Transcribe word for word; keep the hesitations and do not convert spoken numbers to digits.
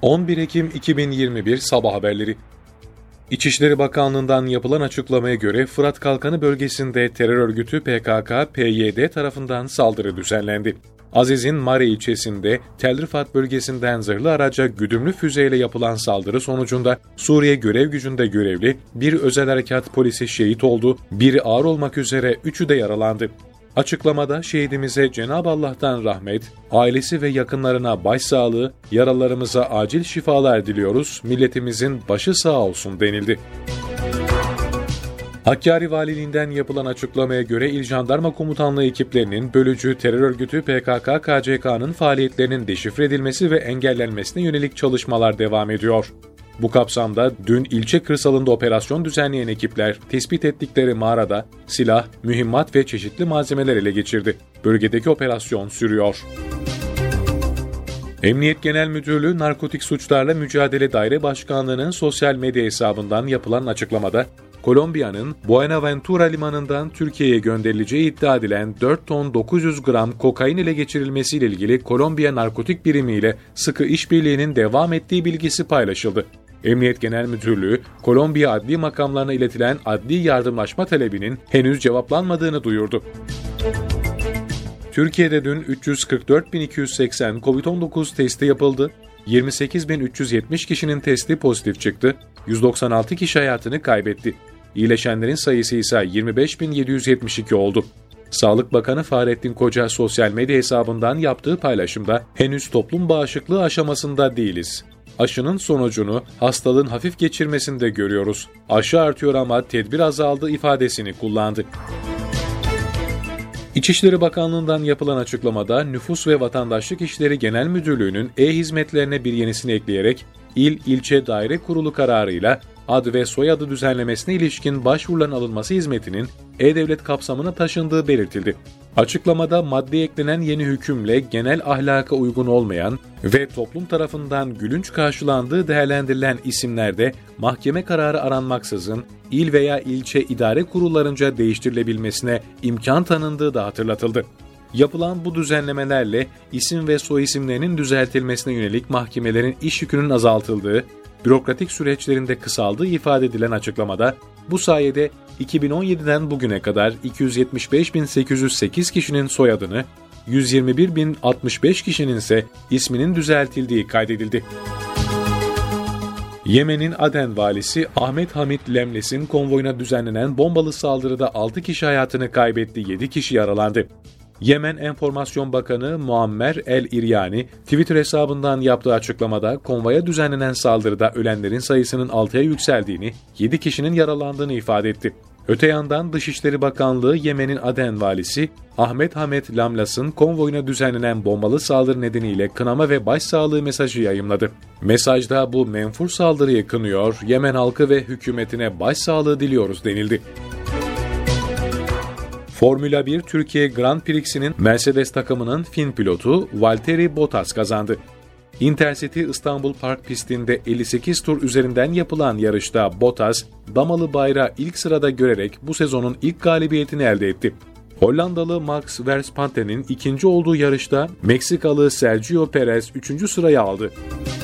on bir Ekim iki bin yirmi bir Sabah haberleri. İçişleri Bakanlığı'ndan yapılan açıklamaya göre Fırat Kalkanı bölgesinde terör örgütü P K K P Y D tarafından saldırı düzenlendi. Aziz'in Mare ilçesinde Tel Rifat bölgesinden zırhlı araca güdümlü füzeyle yapılan saldırı sonucunda Suriye görev gücünde görevli bir özel harekat polisi şehit oldu, biri ağır olmak üzere üçü de yaralandı. Açıklamada şehidimize Cenab-ı Allah'tan rahmet, ailesi ve yakınlarına başsağlığı, yaralarımıza acil şifalar diliyoruz, milletimizin başı sağ olsun denildi. Hakkari Valiliğinden yapılan açıklamaya göre İl Jandarma Komutanlığı ekiplerinin bölücü terör örgütü P K K K C K'nın faaliyetlerinin deşifre edilmesi ve engellenmesine yönelik çalışmalar devam ediyor. Bu kapsamda dün ilçe kırsalında operasyon düzenleyen ekipler tespit ettikleri mağarada silah, mühimmat ve çeşitli malzemeler ele geçirdi. Bölgedeki operasyon sürüyor. Emniyet Genel Müdürlüğü Narkotik Suçlarla Mücadele Daire Başkanlığı'nın sosyal medya hesabından yapılan açıklamada, Kolombiya'nın Buenaventura limanından Türkiye'ye gönderileceği iddia edilen dört ton dokuz yüz gram kokain ele geçirilmesiyle ilgili Kolombiya Narkotik Birimi ile sıkı işbirliğinin devam ettiği bilgisi paylaşıldı. Emniyet Genel Müdürlüğü, Kolombiya adli makamlarına iletilen adli yardımlaşma talebinin henüz cevaplanmadığını duyurdu. Türkiye'de dün üç yüz kırk dört bin iki yüz seksen kovid on dokuz testi yapıldı. yirmi sekiz bin üç yüz yetmiş kişinin testi pozitif çıktı. yüz doksan altı kişi hayatını kaybetti. İyileşenlerin sayısı ise yirmi beş bin yedi yüz yetmiş iki oldu. Sağlık Bakanı Fahrettin Koca sosyal medya hesabından yaptığı paylaşımda henüz toplum bağışıklığı aşamasında değiliz. Aşının sonucunu hastalığın hafif geçirmesinde görüyoruz. Aşı artıyor ama tedbir azaldı ifadesini kullandı. İçişleri Bakanlığı'ndan yapılan açıklamada Nüfus ve Vatandaşlık İşleri Genel Müdürlüğü'nün e-hizmetlerine bir yenisini ekleyerek İl İlçe Daire Kurulu kararıyla ad ve soyadı düzenlemesine ilişkin başvuruların alınması hizmetinin e-Devlet kapsamına taşındığı belirtildi. Açıklamada maddeye eklenen yeni hükümle genel ahlaka uygun olmayan ve toplum tarafından gülünç karşılandığı değerlendirilen isimlerde mahkeme kararı aranmaksızın il veya ilçe idare kurullarınca değiştirilebilmesine imkan tanındığı da hatırlatıldı. Yapılan bu düzenlemelerle isim ve soyisimlerinin düzeltilmesine yönelik mahkemelerin iş yükünün azaltıldığı, bürokratik süreçlerinde kısaldığı ifade edilen açıklamada, bu sayede iki bin on yediden bugüne kadar iki yüz yetmiş beş bin sekiz yüz sekiz kişinin soyadını, yüz yirmi bir bin altmış beş kişinin ise isminin düzeltildiği kaydedildi. Yemen'in Aden valisi Ahmet Hamit Lemles'in konvoyuna düzenlenen bombalı saldırıda altı kişi hayatını kaybetti, yedi kişi yaralandı. Yemen Enformasyon Bakanı Muammer El-İryani, Twitter hesabından yaptığı açıklamada konvoya düzenlenen saldırıda ölenlerin sayısının altıya yükseldiğini, yedi kişinin yaralandığını ifade etti. Öte yandan Dışişleri Bakanlığı Yemen'in Aden valisi Ahmet Hamit Lemles'in konvoyuna düzenlenen bombalı saldırı nedeniyle kınama ve başsağlığı mesajı yayımladı. Mesajda bu menfur saldırıyı kınıyor, Yemen halkı ve hükümetine başsağlığı diliyoruz denildi. Formula bir Türkiye Grand Prix'sinin Mercedes takımının Fin pilotu Valtteri Bottas kazandı. Intercity İstanbul Park pistinde elli sekiz tur üzerinden yapılan yarışta Bottas, damalı bayrağı ilk sırada görerek bu sezonun ilk galibiyetini elde etti. Hollandalı Max Verstappen'in ikinci olduğu yarışta Meksikalı Sergio Perez üçüncü sırayı aldı.